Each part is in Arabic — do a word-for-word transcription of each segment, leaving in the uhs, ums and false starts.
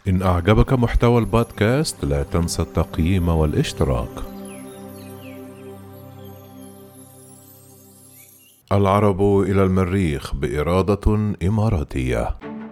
إن أعجبك محتوى البودكاست لا تنسى التقييم والاشتراك. العرب إلى المريخ بإرادة إماراتية.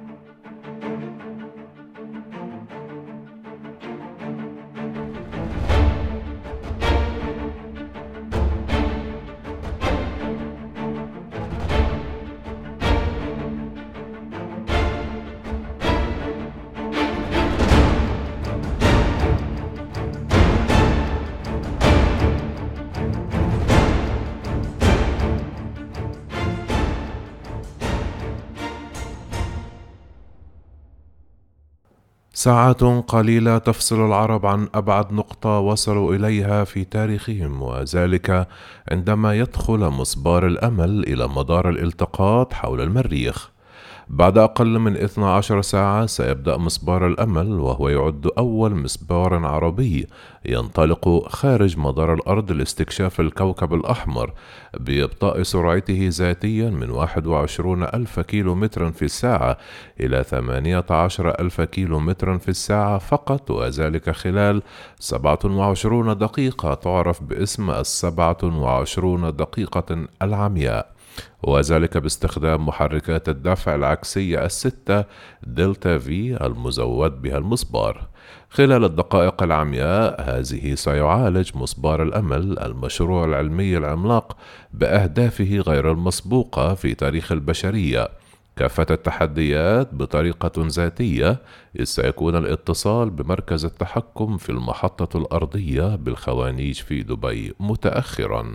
ساعات قليلة تفصل العرب عن أبعد نقطة وصلوا إليها في تاريخهم، وذلك عندما يدخل مسبار الأمل إلى مدار الالتقاط حول المريخ. بعد أقل من اثنتي عشرة ساعة سيبدأ مسبار الأمل، وهو يعد أول مسبار عربي ينطلق خارج مدار الأرض لاستكشاف الكوكب الأحمر بإبطاء سرعته ذاتيا من واحد وعشرين ألف كيلومتر في الساعة إلى ثمانية عشر ألف كيلومتر في الساعة فقط، وذلك خلال سبعة وعشرين دقيقة تعرف باسم السبعة وعشرين دقيقة العمياء، وذلك باستخدام محركات الدفع العكسية الستة دلتا في المزود بها المسبار. خلال الدقائق العمياء هذه سيعالج مسبار الأمل المشروع العلمي العملاق بأهدافه غير المسبوقة في تاريخ البشرية كافة التحديات بطريقة ذاتية، إذ سيكون الاتصال بمركز التحكم في المحطة الأرضية بالخوانيج في دبي متأخراً.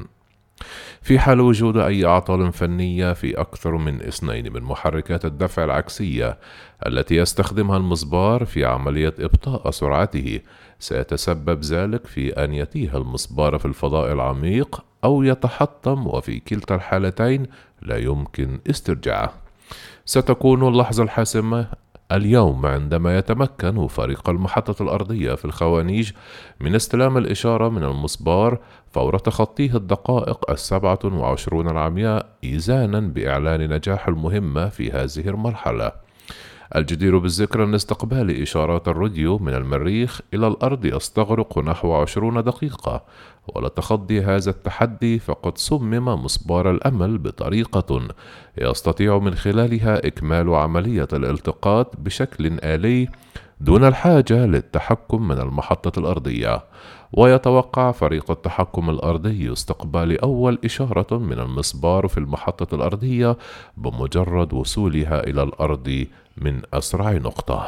في حال وجود أي أعطال فنية في أكثر من اثنين من محركات الدفع العكسية التي يستخدمها المسبار في عملية إبطاء سرعته، سيتسبب ذلك في أن يتيه المسبار في الفضاء العميق أو يتحطم، وفي كلتا الحالتين لا يمكن استرجاعه. ستكون اللحظة الحاسمة اليوم عندما يتمكن فريق المحطة الأرضية في الخوانيج من استلام الإشارة من المسبار فور تخطيه الدقائق السبعة وعشرون العمياء، إيذانا بإعلان نجاح المهمة في هذه المرحلة. الجدير بالذكر أن استقبال إشارات الراديو من المريخ إلى الأرض يستغرق نحو عشرين دقيقة، ولتخطي هذا التحدي فقد صمم مسبار الأمل بطريقة يستطيع من خلالها إكمال عملية الالتقاط بشكل آلي دون الحاجة للتحكم من المحطة الأرضية. ويتوقع فريق التحكم الأرضي استقبال أول إشارة من المسبار في المحطة الأرضية بمجرد وصولها إلى الأرض من أسرع نقطة.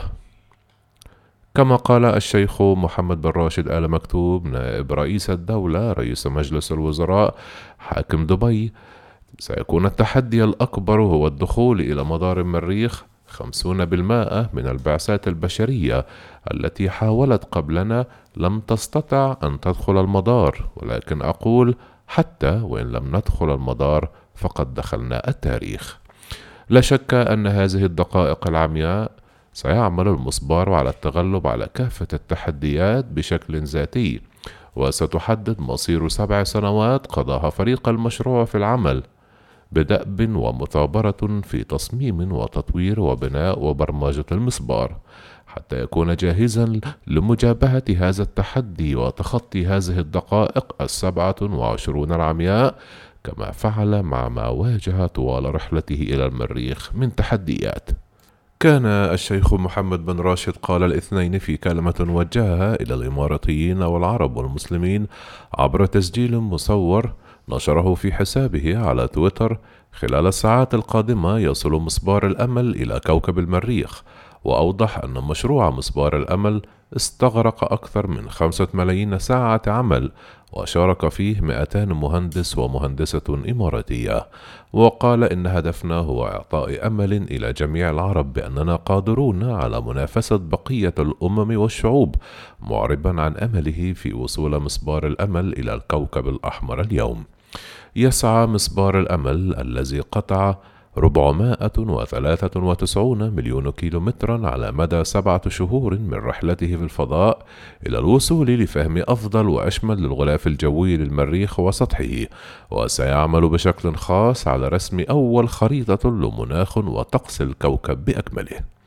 كما قال الشيخ محمد بن راشد آل مكتوم نائب رئيس الدولة رئيس مجلس الوزراء حاكم دبي، سيكون التحدي الأكبر هو الدخول إلى مدار المريخ. خمسين بالمئة من البعثات البشرية التي حاولت قبلنا لم تستطع أن تدخل المدار، ولكن أقول حتى وإن لم ندخل المدار فقد دخلنا التاريخ. لا شك أن هذه الدقائق العمياء سيعمل المسبار على التغلب على كافة التحديات بشكل ذاتي، وستحدد مصير سبع سنوات قضاها فريق المشروع في العمل بدأب ومثابرة في تصميم وتطوير وبناء وبرمجة المسبار حتى يكون جاهزا لمجابهة هذا التحدي وتخطي هذه الدقائق السبعة وعشرون العمياء، كما فعل مع ما واجه طوال رحلته إلى المريخ من تحديات. كان الشيخ محمد بن راشد قال الاثنين في كلمة وجهها إلى الإماراتيين والعرب والمسلمين عبر تسجيل مصور نشره في حسابه على تويتر: خلال الساعات القادمة يصل مسبار الأمل إلى كوكب المريخ. وأوضح أن مشروع مسبار الأمل استغرق أكثر من خمسة ملايين ساعة عمل، وشارك فيه مئتين مهندس ومهندسة إماراتية. وقال إن هدفنا هو إعطاء أمل إلى جميع العرب بأننا قادرون على منافسة بقية الأمم والشعوب، معربا عن أمله في وصول مسبار الأمل إلى الكوكب الأحمر اليوم. يسعى مسبار الأمل الذي قطع أربعمائة وثلاثة وتسعين مليون كيلومترا على مدى سبعة شهور من رحلته في الفضاء إلى الوصول لفهم أفضل وأشمل للغلاف الجوي للمريخ وسطحه، وسيعمل بشكل خاص على رسم أول خريطة لمناخ وطقس الكوكب بأكمله.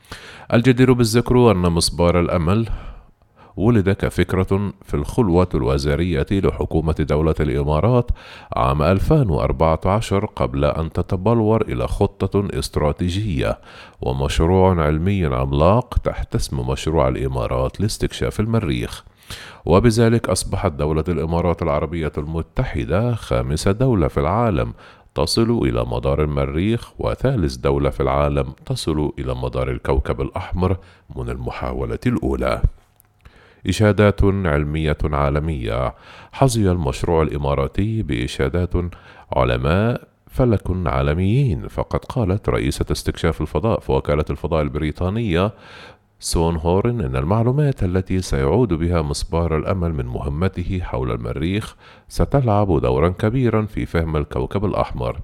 الجدير بالذكر أن مسبار الأمل ولد كفكرة في الخلوة الوزارية لحكومة دولة الإمارات عام ألفين وأربعة عشر قبل أن تتبلور إلى خطة استراتيجية ومشروع علمي عملاق تحت اسم مشروع الإمارات لاستكشاف المريخ. وبذلك أصبحت دولة الإمارات العربية المتحدة خامس دولة في العالم تصل إلى مدار المريخ، وثالث دولة في العالم تصل إلى مدار الكوكب الأحمر من المحاولة الأولى. إشادات علمية عالمية. حظي المشروع الإماراتي بإشادات علماء فلك عالميين، فقد قالت رئيسة استكشاف الفضاء في وكالة الفضاء البريطانية سون هورن إن المعلومات التي سيعود بها مسبار الأمل من مهمته حول المريخ ستلعب دورا كبيرا في فهم الكوكب الأحمر.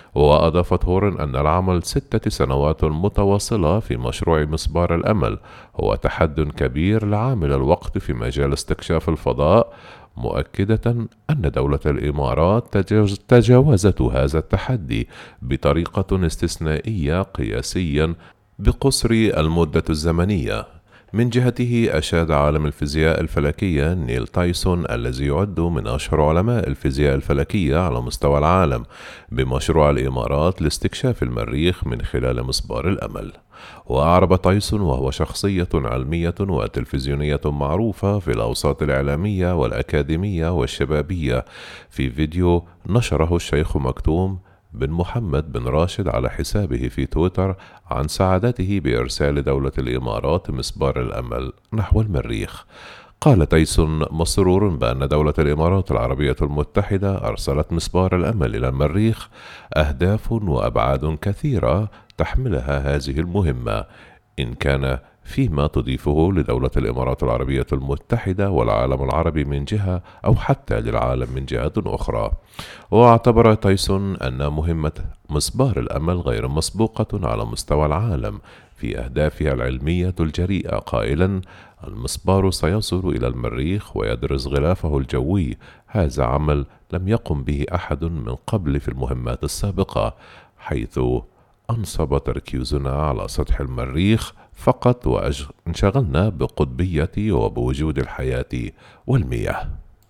وأضافت هورن أن العمل ستة سنوات متواصلة في مشروع مسبار الأمل هو تحد كبير لعامل الوقت في مجال استكشاف الفضاء، مؤكدة أن دولة الإمارات تجاوزت هذا التحدي بطريقة استثنائية قياسيا بقصر المدة الزمنية. من جهته أشاد عالم الفيزياء الفلكية نيل تايسون الذي يعد من أشهر علماء الفيزياء الفلكية على مستوى العالم بمشروع الإمارات لاستكشاف المريخ من خلال مسبار الأمل. وأعرب تايسون وهو شخصية علمية وتلفزيونية معروفة في الأوساط الإعلامية والأكاديمية والشبابية في فيديو نشره الشيخ مكتوم بن محمد بن راشد على حسابه في تويتر عن سعادته بإرسال دولة الإمارات مسبار الأمل نحو المريخ. قال تايسون مسرور بأن دولة الإمارات العربية المتحدة أرسلت مسبار الأمل إلى المريخ أهداف وأبعاد كثيرة تحملها هذه المهمة، إن كان فيما تضيفه لدولة الإمارات العربية المتحدة والعالم العربي من جهة أو حتى للعالم من جهة أخرى. واعتبر تايسون أن مهمة مسبار الأمل غير مسبوقة على مستوى العالم في أهدافها العلمية الجريئة، قائلا: المسبار سيصل إلى المريخ ويدرس غلافه الجوي، هذا عمل لم يقم به أحد من قبل في المهمات السابقة، حيث أنصب تركيزنا على سطح المريخ فقط وانشغلنا بقطبية وبوجود الحياة والمياه.